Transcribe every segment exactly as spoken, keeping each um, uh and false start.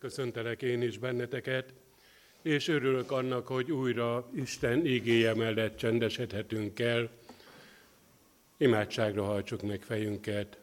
Köszöntelek én is benneteket, és örülök annak, hogy újra Isten igéje mellett csendesedhetünk el. Imádságra hajtsuk meg fejünket.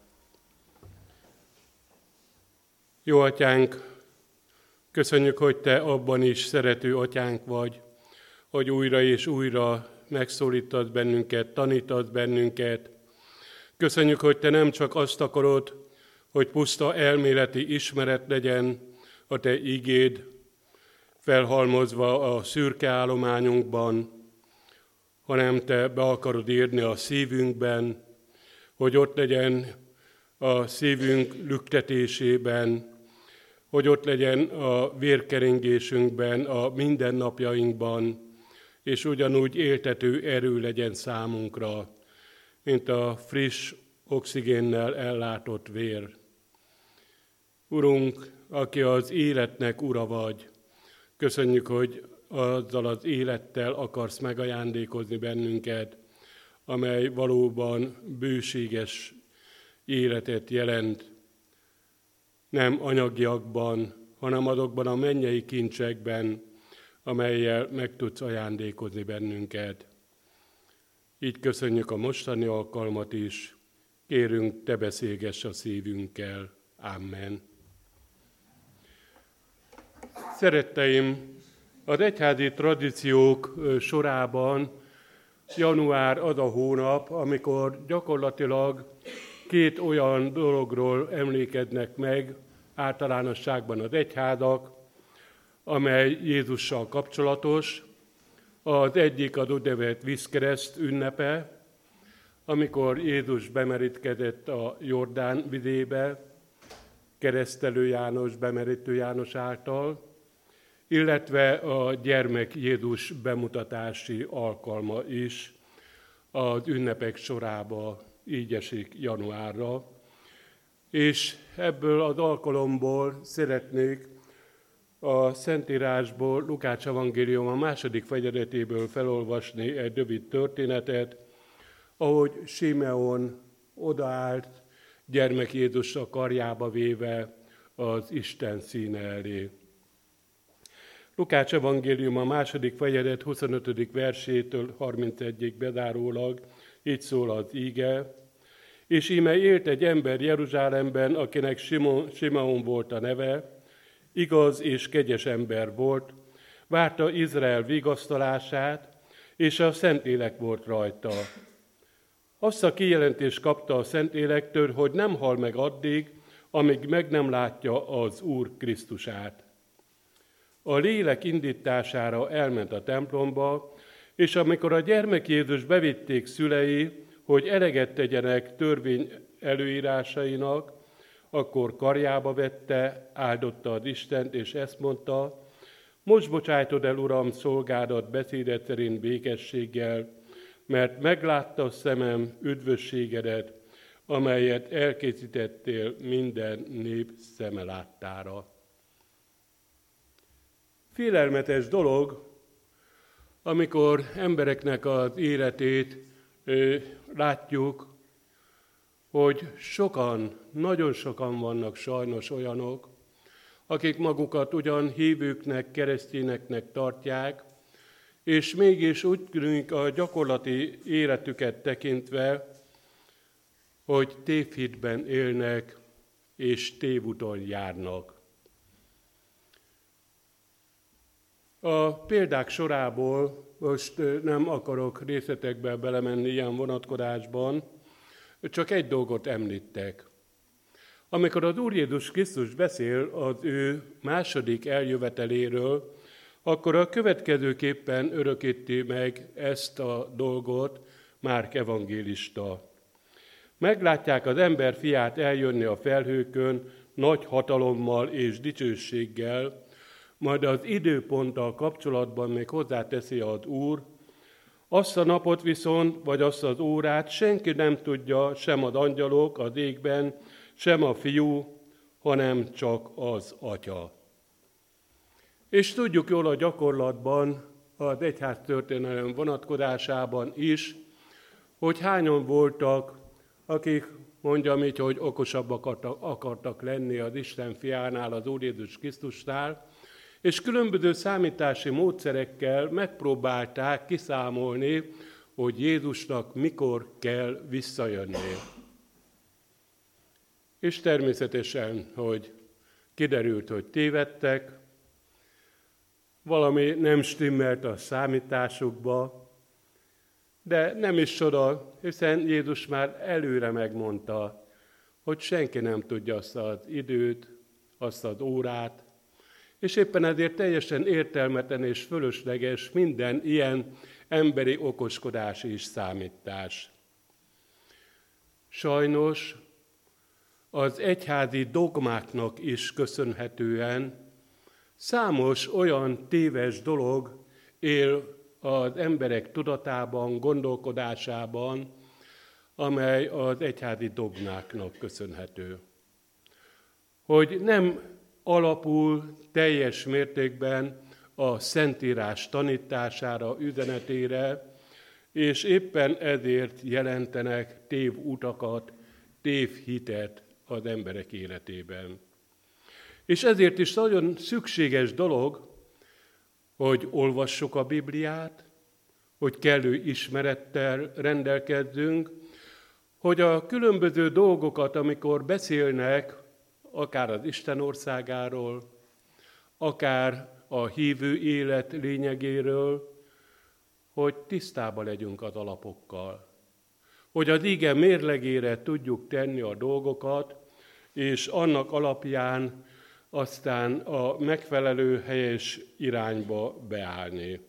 Jó atyánk, köszönjük, hogy te abban is szerető atyánk vagy, hogy újra és újra megszólítasz bennünket, tanítasz bennünket. Köszönjük, hogy te nem csak azt akarod, hogy puszta elméleti ismeret legyen a te igéd, felhalmozva a szürke állományunkban, hanem te be akarod írni a szívünkben, hogy ott legyen a szívünk lüktetésében, hogy ott legyen a vérkeringésünkben, a mindennapjainkban, és ugyanúgy éltető erő legyen számunkra, mint a friss oxigénnel ellátott vér. Urunk, aki az életnek ura vagy, köszönjük, hogy azzal az élettel akarsz megajándékozni bennünket, amely valóban bőséges életet jelent, nem anyagiakban, hanem azokban a mennyei kincsekben, amellyel meg tudsz ajándékozni bennünket. Így köszönjük a mostani alkalmat is, kérünk, te beszélgess a szívünkkel. Amen. Szeretteim, az egyházi tradíciók sorában január az a hónap, amikor gyakorlatilag két olyan dologról emlékeznek meg általánosságban az egyházak, amely Jézussal kapcsolatos. Az egyik az úgynevezett vízkereszt ünnepe, amikor Jézus bemerítkezett a Jordán vizébe, Keresztelő János, bemerítő János által, illetve a gyermek Jézus bemutatási alkalma is az ünnepek sorába így esik januárra. És ebből az alkalomból szeretnék a Szentírásból, Lukács evangélium a második fejezetéből felolvasni egy rövid történetet, ahogy Simeon odaállt, gyermek Jézus a karjába véve az Isten színe elé. Lukács evangélium a második fejezet huszonötödik versétől harmincegyig bezárólag, így szól az íge. És íme élt egy ember Jeruzsálemben, akinek Simon, Simeon volt a neve, igaz és kegyes ember volt, várta Izrael vigasztalását, és a Szentlélek volt rajta. Azt a kijelentést kapta a Szentlélektől, hogy nem hal meg addig, amíg meg nem látja az Úr Krisztusát. A lélek indítására elment a templomba, és amikor a gyermek Jézus bevitték szülei, hogy eleget tegyenek törvény előírásainak, akkor karjába vette, áldotta az Istent, és ezt mondta, most bocsájtod el, Uram, szolgádat beszédet szerint békességgel, mert meglátta a szemem üdvösségedet, amelyet elkészítettél minden nép szeme láttára. Félelmetes dolog, amikor embereknek az életét ö, látjuk, hogy sokan, nagyon sokan vannak sajnos olyanok, akik magukat ugyan hívőknek, keresztényeknek tartják, és mégis úgy tűnik a gyakorlati életüket tekintve, hogy tévhitben élnek és tévúton járnak. A példák sorából most nem akarok részletekbe belemenni ilyen vonatkozásban, csak egy dolgot említek. Amikor az Úr Jézus Krisztus beszél az ő második eljöveteléről, akkor a következőképpen örökíti meg ezt a dolgot Márk evangélista. Meglátják az ember fiát eljönni a felhőkön nagy hatalommal és dicsőséggel, majd az időponttal kapcsolatban még hozzáteszi az Úr, azt a napot viszont, vagy azt az órát senki nem tudja, sem az angyalok az égben, sem a fiú, hanem csak az Atya. És tudjuk jól a gyakorlatban, az egyház történelem vonatkozásában is, hogy hányan voltak, akik mondjam így, hogy okosabbak akartak, akartak lenni az Isten fiánál, az Úr Jézus Krisztusnál, és különböző számítási módszerekkel megpróbálták kiszámolni, hogy Jézusnak mikor kell visszajönni. És természetesen, hogy kiderült, hogy tévedtek, valami nem stimmelt a számításukba, de nem is csoda, hiszen Jézus már előre megmondta, hogy senki nem tudja azt az időt, azt az órát, és éppen ezért teljesen értelmetlen és fölösleges minden ilyen emberi okoskodás és számítás. Sajnos az egyházi dogmáknak is köszönhetően számos olyan téves dolog él az emberek tudatában, gondolkodásában, amely az egyházi dogmáknak köszönhető. Hogy nem alapul teljes mértékben a Szentírás tanítására, üzenetére, és éppen ezért jelentenek tévutakat, tévhitet az emberek életében. És ezért is nagyon szükséges dolog, hogy olvassuk a Bibliát, hogy kellő ismerettel rendelkezzünk, hogy a különböző dolgokat, amikor beszélnek, akár az Isten országáról, akár a hívő élet lényegéről, hogy tisztában legyünk az alapokkal. Hogy az ige mérlegére tudjuk tenni a dolgokat, és annak alapján aztán a megfelelő helyes irányba beállni.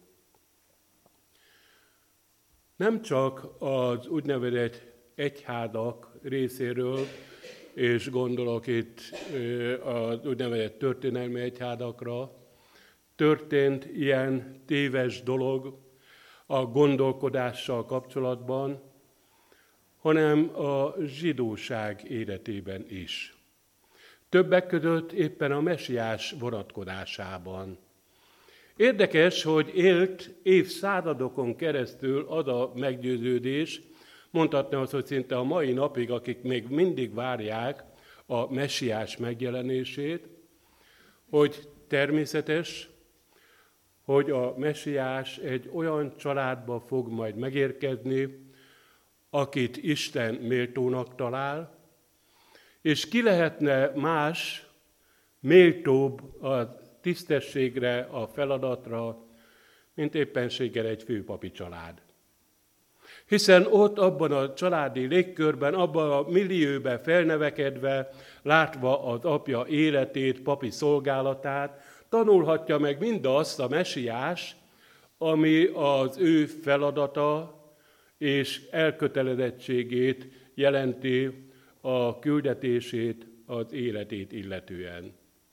Nem csak az úgynevezett egyházak részéről, és gondolok itt az úgynevezett történelmi egyházakra, történt ilyen téves dolog a gondolkodással kapcsolatban, hanem a zsidóság életében is. Többek között éppen a mesiás vonatkozásában. Érdekes, hogy élt évszázadokon keresztül az a meggyőződés, mondhatni azt, hogy szinte a mai napig, akik még mindig várják a mesiás megjelenését, hogy természetes, hogy a mesiás egy olyan családba fog majd megérkezni, akit Isten méltónak talál, és ki lehetne más, méltóbb a tisztességre, a feladatra, mint éppenséggel egy főpapi család. Hiszen ott abban a családi légkörben, abban a millióben felnevekedve, látva az apja életét, papi szolgálatát, tanulhatja meg mindazt a mesiás, ami az ő feladata és elkötelezettségét jelenti, a küldetését, az életét illetően.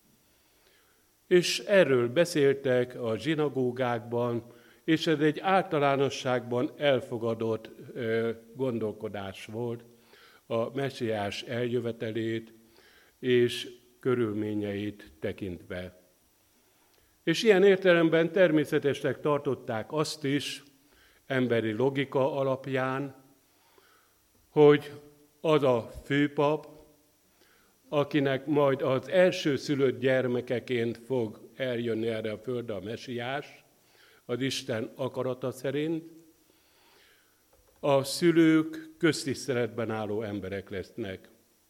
És erről beszéltek a zsinagógákban, és ez egy általánosságban elfogadott gondolkodás volt a mesiás eljövetelét és körülményeit tekintve. És ilyen értelemben természetesnek tartották azt is, emberi logika alapján, hogy az a főpap, akinek majd az első szülött gyermekeként fog eljönni erre a földre a mesiás, az Isten akarata szerint, a szülők köztiszteletben álló emberek lesznek,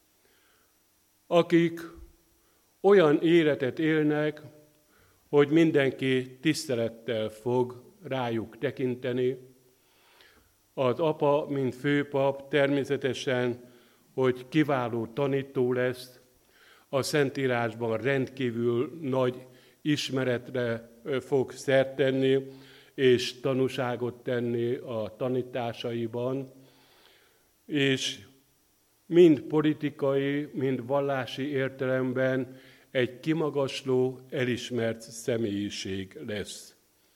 akik olyan életet élnek, hogy mindenki tisztelettel fog rájuk tekinteni. Az apa, mint főpap természetesen, hogy kiváló tanító lesz, a Szentírásban rendkívül nagy ismeretre fog szert tenni, és tanúságot tenni a tanításaiban, és mind politikai, mind vallási értelemben egy kimagasló, elismert személyiség lesz.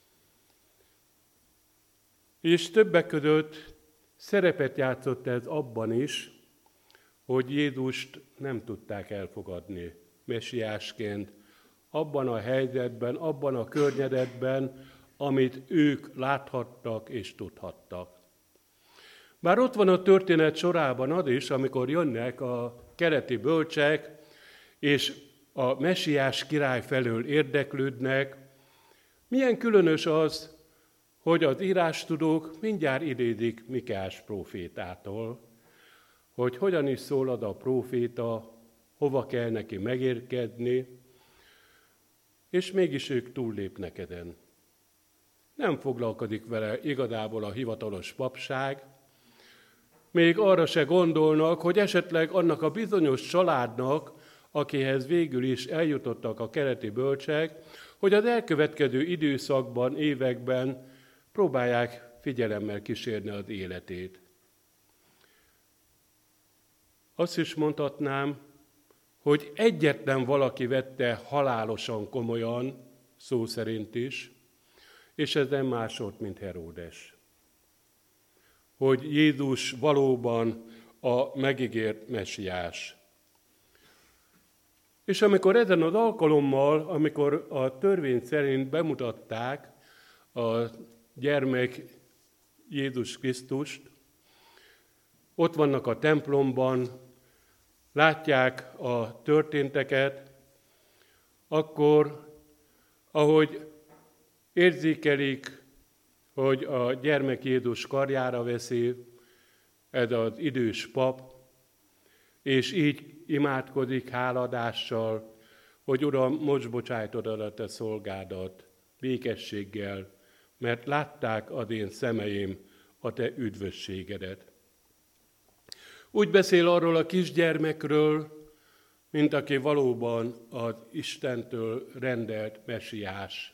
És többek között szerepet játszott ez abban is, hogy Jézust nem tudták elfogadni mesiásként, abban a helyzetben, abban a környezetben, amit ők láthattak és tudhattak. Bár ott van a történet sorában az is, amikor jönnek a kereti bölcsek, és a messiás király felől érdeklődnek, milyen különös az, hogy az írástudók mindjárt idézik Mikeás prófétától, hogy hogyan is szólad a próféta, hova kell neki megérkezni, és mégis ők túllépnek ezen. Nem foglalkozik vele igazából a hivatalos papság, még arra se gondolnak, hogy esetleg annak a bizonyos családnak, akihez végül is eljutottak a kereti bölcsek, hogy az elkövetkező időszakban, években próbálják figyelemmel kísérni az életét. Azt is mondhatnám, hogy egyetlen valaki vette halálosan komolyan, szó szerint is, és ez nem más volt, mint Heródes. Hogy Jézus valóban a megígért messiás. És amikor ezen az alkalommal, amikor a törvény szerint bemutatták a gyermek Jézus Krisztust, ott vannak a templomban, látják a történteket, akkor, ahogy érzékelik, hogy a gyermek Jézus karjára veszi ez az idős pap, és így imádkozik háladással, hogy Uram, most bocsájtod el a te szolgádat békességgel, mert látták az én szemeim a te üdvösségedet. Úgy beszél arról a kisgyermekről, mint aki valóban az Istentől rendelt messiás.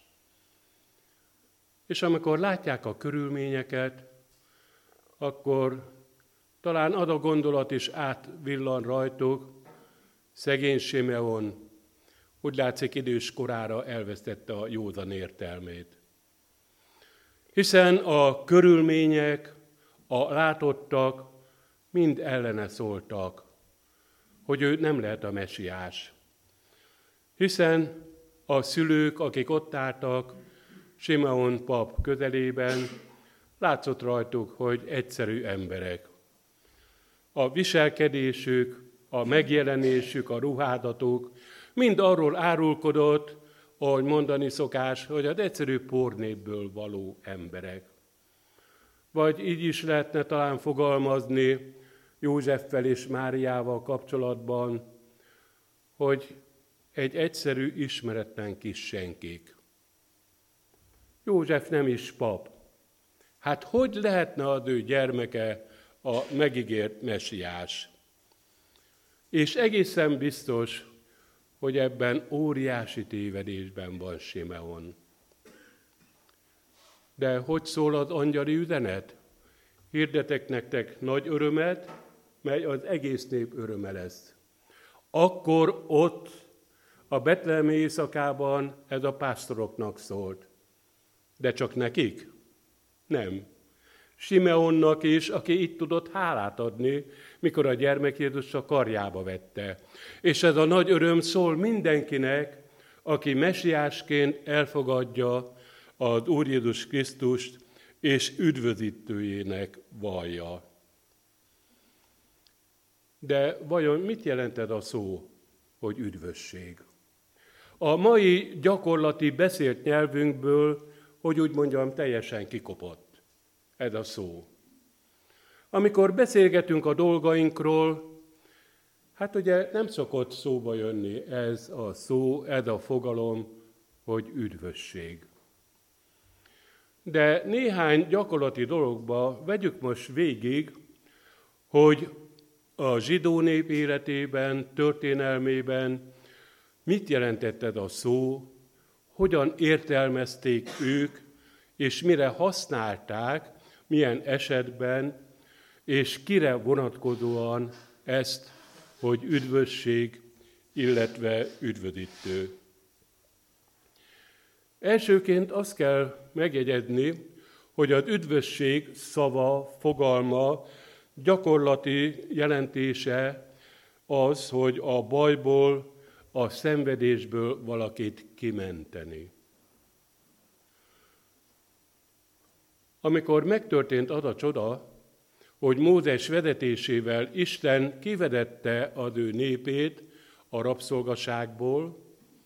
És amikor látják a körülményeket, akkor talán az a gondolat is átvillan rajtuk, szegény Simeon úgy látszik idős korára elvesztette a józan értelmét. Hiszen a körülmények, a látottak mind ellene szóltak, hogy ő nem lehet a messiás. Hiszen a szülők, akik ott álltak Simeon pap közelében, látszott rajtuk, hogy egyszerű emberek. A viselkedésük, a megjelenésük, a ruházatuk mind arról árulkodott, ahogy mondani szokás, hogy az egyszerű pornépből való emberek. Vagy így is lehetne talán fogalmazni Józseffel és Máriával kapcsolatban, hogy egy egyszerű, ismeretlen kis senkik. József nem is pap. Hát hogy lehetne az ő gyermeke a megígért messiás? És egészen biztos, hogy ebben óriási tévedésben van Simeon. De hogy szól az angyali üzenet? Hirdetek nektek nagy örömet, mely az egész nép öröme lesz. Akkor ott a betlehemi éjszakában ez a pásztoroknak szólt. De csak nekik? Nem. Simeonnak is, aki itt tudott hálát adni, mikor a gyermek Jézus a karjába vette. És ez a nagy öröm szól mindenkinek, aki messiásként elfogadja az Úr Jézus Krisztust, és üdvözítőjének vallja. De vajon mit jelent ez a szó, hogy üdvösség? A mai gyakorlati beszélt nyelvünkből, hogy úgy mondjam, teljesen kikopott ez a szó. Amikor beszélgetünk a dolgainkról, hát ugye nem szokott szóba jönni ez a szó, ez a fogalom, hogy üdvösség. De néhány gyakorlati dologba vegyük most végig, hogy a zsidó nép életében, történelmében mit jelentett ez a szó, hogyan értelmezték ők, és mire használták, milyen esetben, és kire vonatkozóan ezt, hogy üdvösség, illetve üdvözítő. Elsőként azt kell megjegyezni, hogy az üdvösség szava, fogalma, gyakorlati jelentése az, hogy a bajból, a szenvedésből valakit kimenteni. Amikor megtörtént az a csoda, hogy Mózes vezetésével Isten kivedette az ő népét a rabszolgaságból,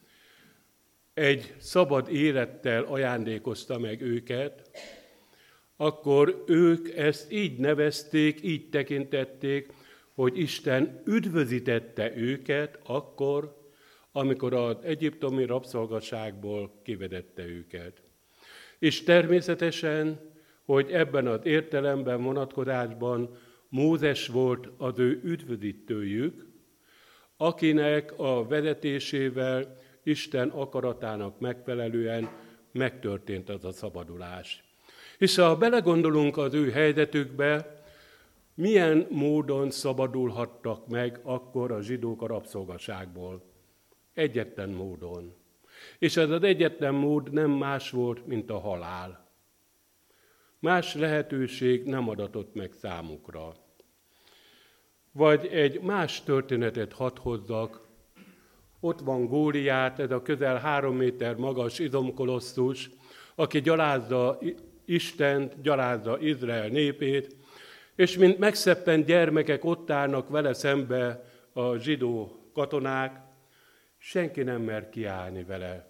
egy szabad élettel ajándékozta meg őket, akkor ők ezt így nevezték, így tekintették, hogy Isten üdvözítette őket akkor, amikor az egyiptomi rabszolgaságból kivedette őket. És természetesen, hogy ebben az értelemben, vonatkozásban Mózes volt az ő üdvözítőjük, akinek a vezetésével Isten akaratának megfelelően megtörtént az a szabadulás. És ha belegondolunk az ő helyzetükbe, milyen módon szabadulhattak meg akkor a zsidók a rabszolgaságból? Egyetlen módon. És ez az egyetlen mód nem más volt, mint a halál. Más lehetőség nem adatott meg számukra. Vagy egy más történetet hadd hozzak. Ott van Góliát, ez a közel három méter magas izomkolosszus, aki gyalázza Istent, gyalázza Izrael népét, és mint megszeppent gyermekek ott állnak vele szembe a zsidó katonák, senki nem mer kiállni vele.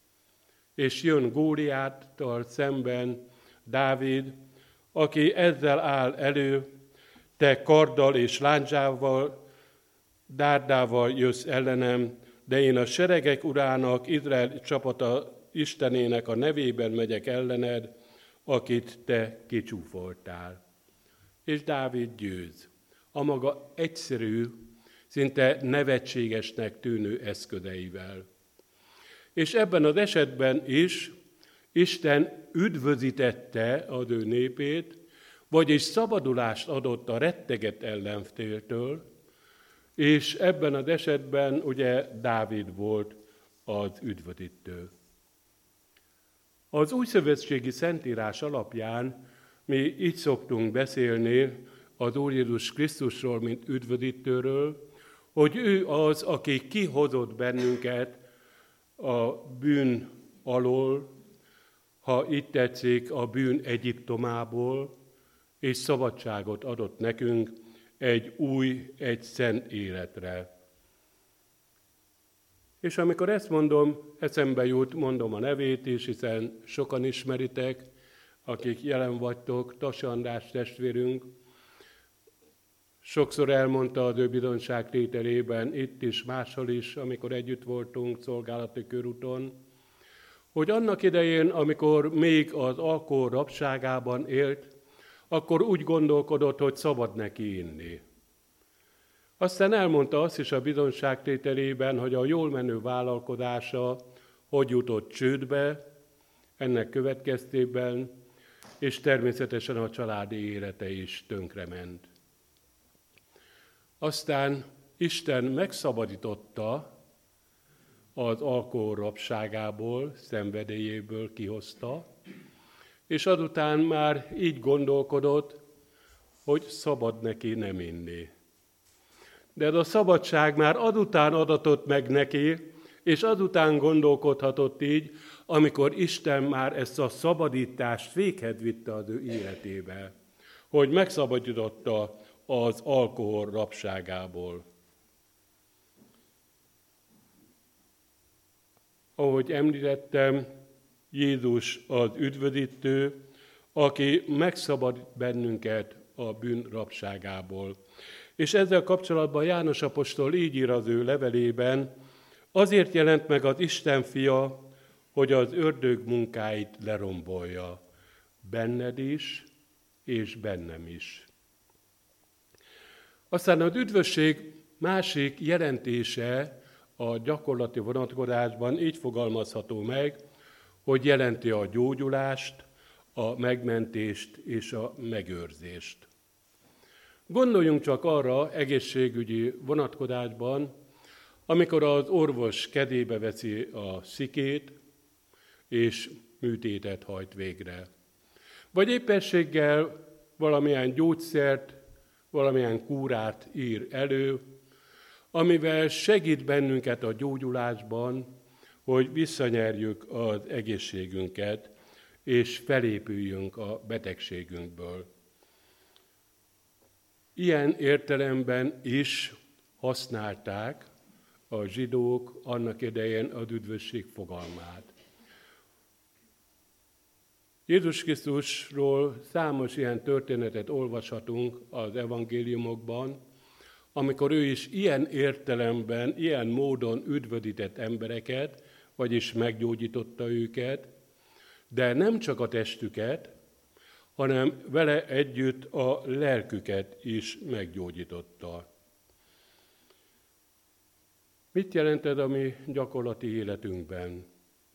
És jön Góliáttal szemben Dávid, aki ezzel áll elő, te karddal és lándzsával, dárdával jössz ellenem, de én a seregek urának, Izrael csapata Istenének a nevében megyek ellened, akit te kicsúfoltál. És Dávid győz. A maga egyszerű, szinte nevetségesnek tűnő eszközeivel. És ebben az esetben is Isten üdvözítette az ő népét, vagyis szabadulást adott a rettegett ellenféltől, és ebben az esetben ugye Dávid volt az üdvözítő. Az újszövetségi szentírás alapján mi így szoktunk beszélni az Úr Jézus Krisztusról, mint üdvözítőről, hogy ő az, aki kihozott bennünket a bűn alól, ha így tetszik, a bűn Egyiptomából, és szabadságot adott nekünk egy új, egy szent életre. És amikor ezt mondom, eszembe jut, mondom a nevét is, hiszen sokan ismeritek, akik jelen vagytok, Tasi András testvérünk, sokszor elmondta az ő bizonyságtételében, itt is, máshol is, amikor együtt voltunk szolgálati körúton, hogy annak idején, amikor még az alkohol rabságában élt, akkor úgy gondolkodott, hogy szabad neki inni. Aztán elmondta azt is a bizonyságtételében, hogy a jól menő vállalkozása hogy jutott csődbe, ennek következtében, és természetesen a családi élete is tönkrement. Aztán Isten megszabadította, az alkohol rabságából, szenvedélyéből kihozta, és azután már így gondolkodott, hogy szabad neki nem inni. De ez a szabadság már azután adatott meg neki, és azután gondolkodhatott így, amikor Isten már ezt a szabadítást véghez vitte az ő életébe, hogy megszabadította az alkohol rabságából. Ahogy említettem, Jézus az üdvözítő, aki megszabadít bennünket a bűn rabságából. És ezzel kapcsolatban János apostol így ír az ő levelében, azért jelent meg az Isten fia, hogy az ördög munkáit lerombolja, benned is, és bennem is. Aztán az üdvösség másik jelentése a gyakorlati vonatkozásban így fogalmazható meg, hogy jelenti a gyógyulást, a megmentést és a megőrzést. Gondoljunk csak arra egészségügyi vonatkozásban, amikor az orvos kezébe veszi a szikét, és műtétet hajt végre. Vagy éppenséggel valamilyen gyógyszert, valamilyen kúrát ír elő, amivel segít bennünket a gyógyulásban, hogy visszanyerjük az egészségünket, és felépüljünk a betegségünkből. Ilyen értelemben is használták a zsidók annak idején az üdvösség fogalmát. Jézus Krisztusról számos ilyen történetet olvashatunk az evangéliumokban, amikor ő is ilyen értelemben, ilyen módon üdvödített embereket, vagyis meggyógyította őket, de nem csak a testüket, hanem vele együtt a lelküket is meggyógyította. Mit jelent ez a mi gyakorlati életünkben?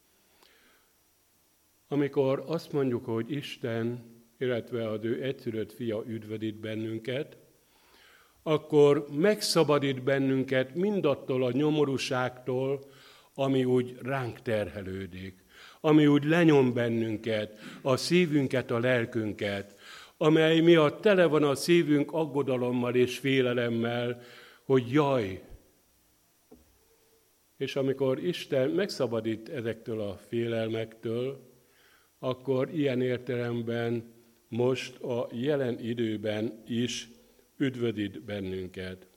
Amikor azt mondjuk, hogy Isten, illetve az ő egyszülött fia üdvödít bennünket, akkor megszabadít bennünket mindattól a nyomorúságtól, ami úgy ránk terhelődik, ami úgy lenyom bennünket, a szívünket, a lelkünket, amely miatt tele van a szívünk aggodalommal és félelemmel, hogy jaj. És amikor Isten megszabadít ezektől a félelmektől, akkor ilyen értelemben most a jelen időben is üdvödít bennünket.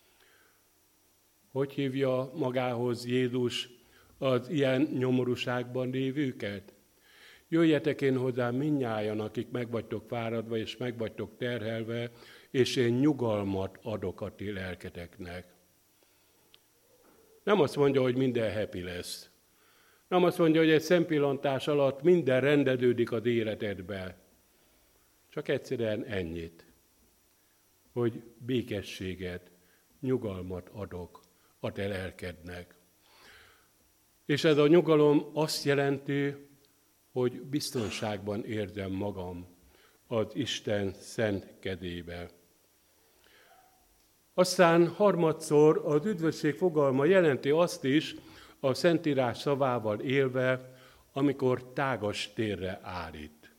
Hogy hívja magához Jézus az ilyen nyomorúságban lévőket? Jöjjetek én hozzám mindnyájan, akik meg vagytok fáradva és meg vagytok terhelve, és én nyugalmat adok a ti lelketeknek. Nem azt mondja, hogy minden happy lesz. Nem azt mondja, hogy egy szempillantás alatt minden rendeződik az életedbe. Csak egyszerűen ennyit, hogy békességet, nyugalmat adok a te lelkednek. És ez a nyugalom azt jelenti, hogy biztonságban érzem magam az Isten szent kezébe. Aztán harmadszor az üdvösség fogalma jelenti azt is, a Szentírás szavával élve, amikor tágas térre állít.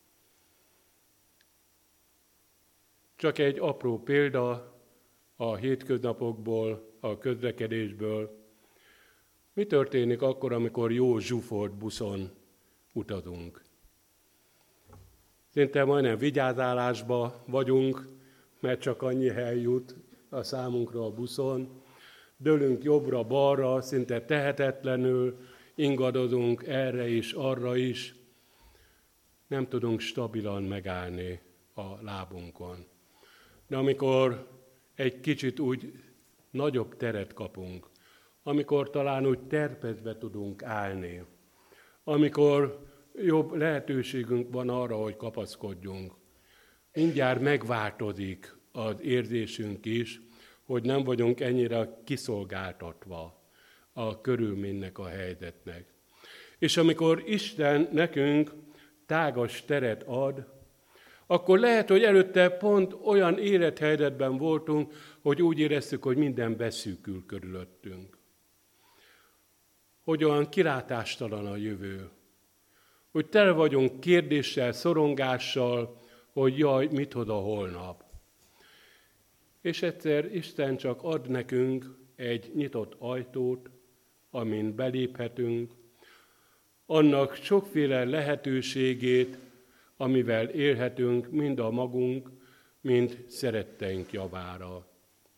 Csak egy apró példa a hétköznapokból, a közlekedésből. Mi történik akkor, amikor jó zsúfolt buszon utazunk? Szinte majdnem vigyázálásba vagyunk, mert csak annyi hely jut a számunkra a buszon. Dőlünk jobbra-balra, szinte tehetetlenül, ingadozunk erre is, arra is. Nem tudunk stabilan megállni a lábunkon. De amikor egy kicsit úgy nagyobb teret kapunk, amikor talán úgy terpezve tudunk állni, amikor jobb lehetőségünk van arra, hogy kapaszkodjunk, mindjárt megváltozik az érzésünk is, hogy nem vagyunk ennyire kiszolgáltatva a körülménynek, a helyzetnek. És amikor Isten nekünk tágas teret ad, akkor lehet, hogy előtte pont olyan élethelyzetben voltunk, hogy úgy éreztük, hogy minden beszűkül körülöttünk. Hogy olyan kilátástalan a jövő. Hogy tele vagyunk kérdéssel, szorongással, hogy jaj, mit hoz a holnap. És egyszer Isten csak ad nekünk egy nyitott ajtót, amin beléphetünk, annak sokféle lehetőségét, amivel élhetünk mind a magunk, mind szeretteink javára.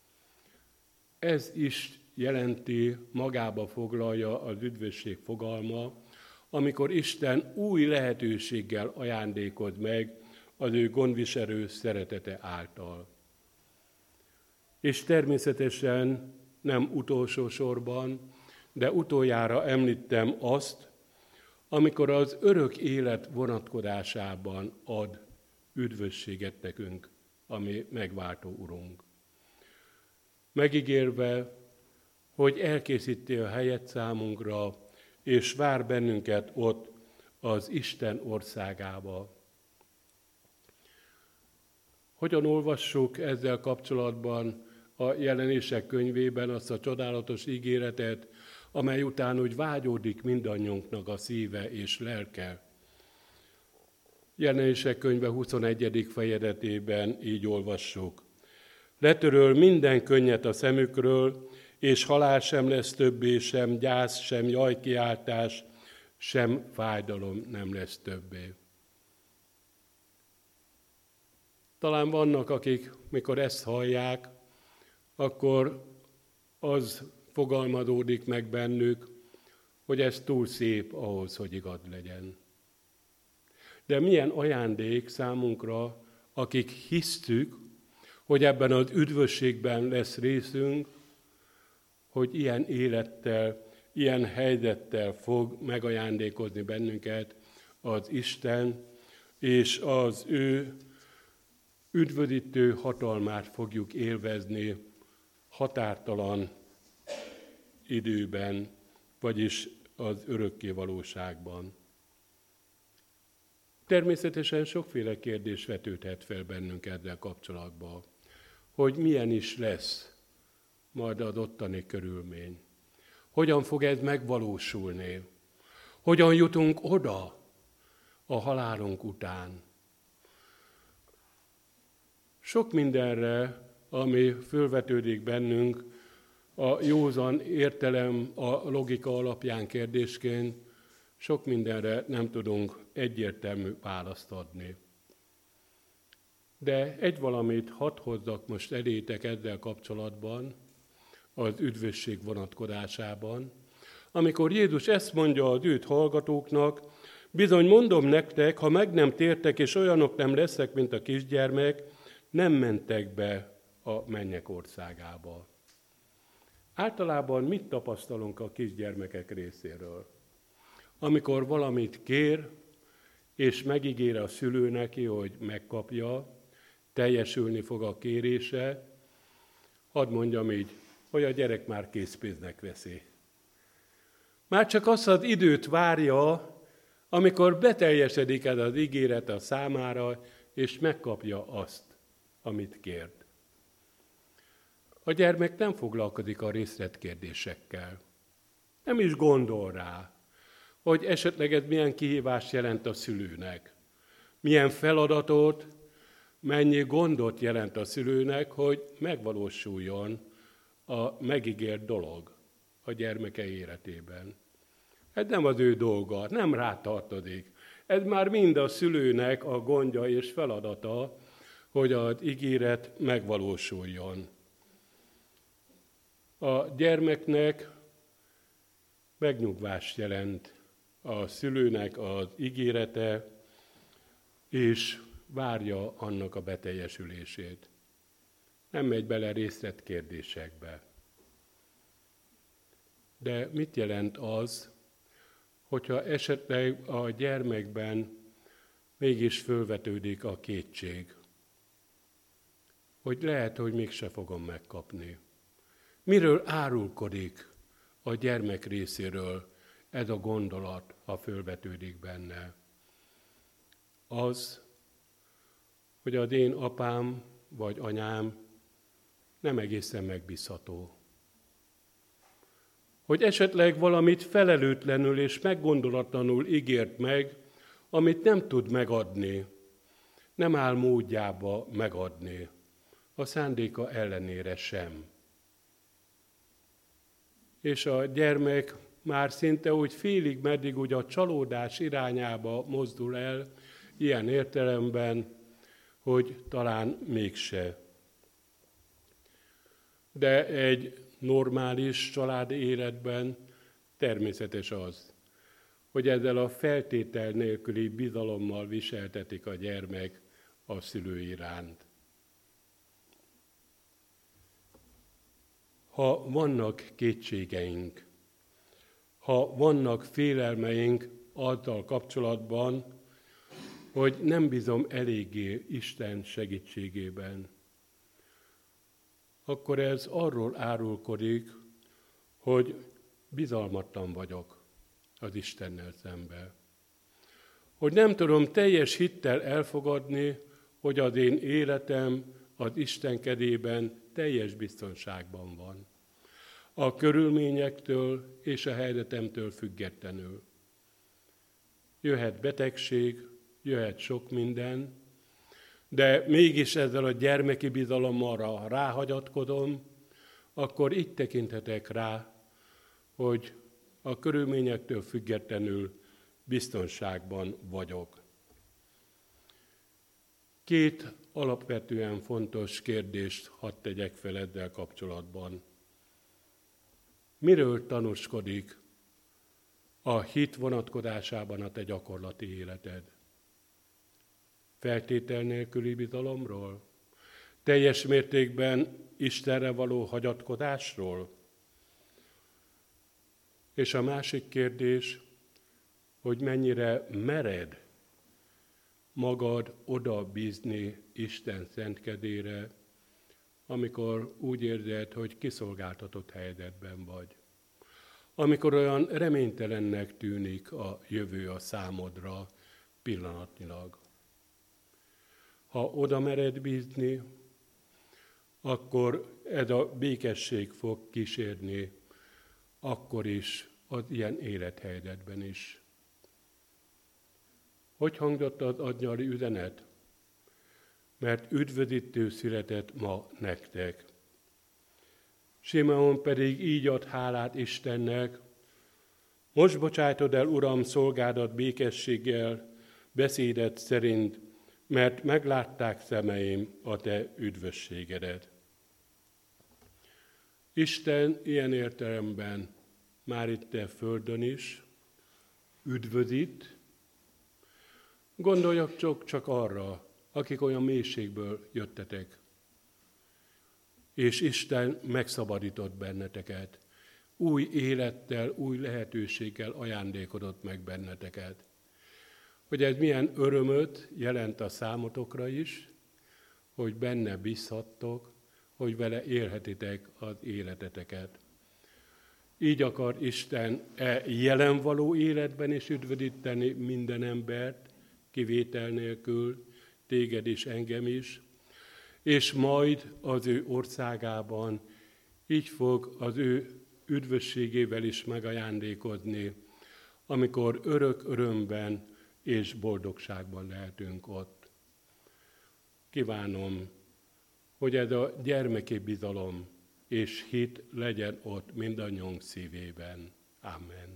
Ez is jelenti, magába foglalja az üdvösség fogalma, amikor Isten új lehetőséggel ajándékoz meg az ő gondviselő szeretete által. És természetesen nem utolsó sorban, de utoljára említem azt, amikor az örök élet vonatkozásában ad üdvösséget nekünk, ami megváltó Urunk. Megígérve, hogy elkészíti a helyet számunkra, és vár bennünket ott az Isten országába. Hogyan olvassuk ezzel kapcsolatban a Jelenések könyvében azt a csodálatos ígéretet, amely után úgy vágyódik mindannyiunknak a szíve és lelke. Jelenések könyve huszonegyedik fejezetében így olvassuk. Letöröl minden könnyet a szemükről, és halál sem lesz többé, sem gyász, sem jajkiáltás, sem fájdalom nem lesz többé. Talán vannak, akik, mikor ezt hallják, akkor az fogalmazódik meg bennük, hogy ez túl szép ahhoz, hogy igaz legyen. De milyen ajándék számunkra, akik hisztük, hogy ebben az üdvösségben lesz részünk, hogy ilyen élettel, ilyen helyzettel fog megajándékozni bennünket az Isten, és az ő üdvözítő hatalmát fogjuk élvezni határtalan időben, vagyis az örökké valóságban. Természetesen sokféle kérdés vetődhet fel bennünk ezzel kapcsolatban, hogy milyen is lesz majd az ottani körülmény. Hogyan fog ez megvalósulni? Hogyan jutunk oda a halálunk után? Sok mindenre, ami fölvetődik bennünk, a józan értelem, a logika alapján kérdésként, sok mindenre nem tudunk egyértelmű választ adni. De egy valamit hadd hozzak most elétek ezzel kapcsolatban, az üdvösség vonatkozásában. Amikor Jézus ezt mondja az őt hallgatóknak, bizony mondom nektek, ha meg nem tértek, és olyanok nem lesznek, mint a kisgyermek, nem mentek be a mennyek országába. Általában mit tapasztalunk a kisgyermekek részéről? Amikor valamit kér, és megígér a szülő neki, hogy megkapja, teljesülni fog a kérése, hadd mondjam így, hogy a gyerek már készpénznek veszi. Már csak azt az időt várja, amikor beteljesedik ez az ígéret a számára, és megkapja azt, amit kért. A gyermek nem foglalkozik a részletkérdésekkel. Nem is gondol rá, hogy esetleg ez milyen kihívást jelent a szülőnek. Milyen feladatot, mennyi gondot jelent a szülőnek, hogy megvalósuljon a megígért dolog a gyermeke életében. Ez nem az ő dolga, nem rá tartozik. Ez már mind a szülőnek a gondja és feladata, hogy az ígéret megvalósuljon. A gyermeknek megnyugvást jelent a szülőnek az ígérete, és várja annak a beteljesülését. Nem megy bele részletkérdésekbe. De mit jelent az, hogyha esetleg a gyermekben mégis fölvetődik a kétség, hogy lehet, hogy mégse fogom megkapni. Miről árulkodik a gyermek részéről ez a gondolat, ha fölvetődik benne? Az, hogy az én apám vagy anyám nem egészen megbízható. Hogy esetleg valamit felelőtlenül és meggondolatlanul ígért meg, amit nem tud megadni, nem áll módjába megadni, a szándéka ellenére sem. És a gyermek már szinte úgy félig meddig úgy a csalódás irányába mozdul el, ilyen értelemben, hogy talán mégse. De egy normális családi életben természetes az, hogy ezzel a feltétel nélküli bizalommal viseltetik a gyermek a szülő iránt. Ha vannak kétségeink, ha vannak félelmeink azzal kapcsolatban, hogy nem bízom eléggé Isten segítségében, akkor ez arról árulkodik, hogy bizalmatlan vagyok az Istennel szemben. Hogy nem tudom teljes hittel elfogadni, hogy az én életem az Isten kezében teljes biztonságban van. A körülményektől és a helyzetemtől függetlenül. Jöhet betegség, jöhet sok minden, de mégis ezzel a gyermeki bizalommal ráhagyatkozom, akkor így tekinthetek rá, hogy a körülményektől függetlenül biztonságban vagyok. Két alapvetően fontos kérdést hadd tegyek fel ezzel kapcsolatban. Miről tanúskodik a hit vonatkozásában a te gyakorlati életed? Feltétel nélküli bizalomról? Teljes mértékben Istenre való hagyatkozásról? És a másik kérdés, hogy mennyire mered magad oda bízni Isten szent kezére, amikor úgy érzed, hogy kiszolgáltatott helyzetben vagy. Amikor olyan reménytelennek tűnik a jövő a számodra pillanatnyilag. Ha oda mered bízni, akkor ez a békesség fog kísérni, akkor is, az ilyen élethelyzetben is. Hogy hangzott az angyali üzenet? Mert üdvözítő született ma nektek. Simeon pedig így ad hálát Istennek: most bocsájtod el, Uram, szolgádat békességgel, beszédet szerint, mert meglátták szemeim a te üdvösségedet. Isten ilyen értelemben már itt a földön is üdvözít. Gondoljak csak, csak arra, akik olyan mélységből jöttetek, és Isten megszabadított benneteket, új élettel, új lehetőséggel ajándékodott meg benneteket. Hogy ez milyen örömöt jelent a számotokra is, hogy benne bízhattok, hogy vele élhetitek az életeteket. Így akar Isten e jelen való életben is üdvözíteni minden embert, kivétel nélkül, téged is, engem is, és majd az ő országában így fog az ő üdvösségével is megajándékozni, amikor örök örömben és boldogságban lehetünk ott. Kívánom, hogy ez a gyermeki bizalom és hit legyen ott mindannyiunk szívében. Amen.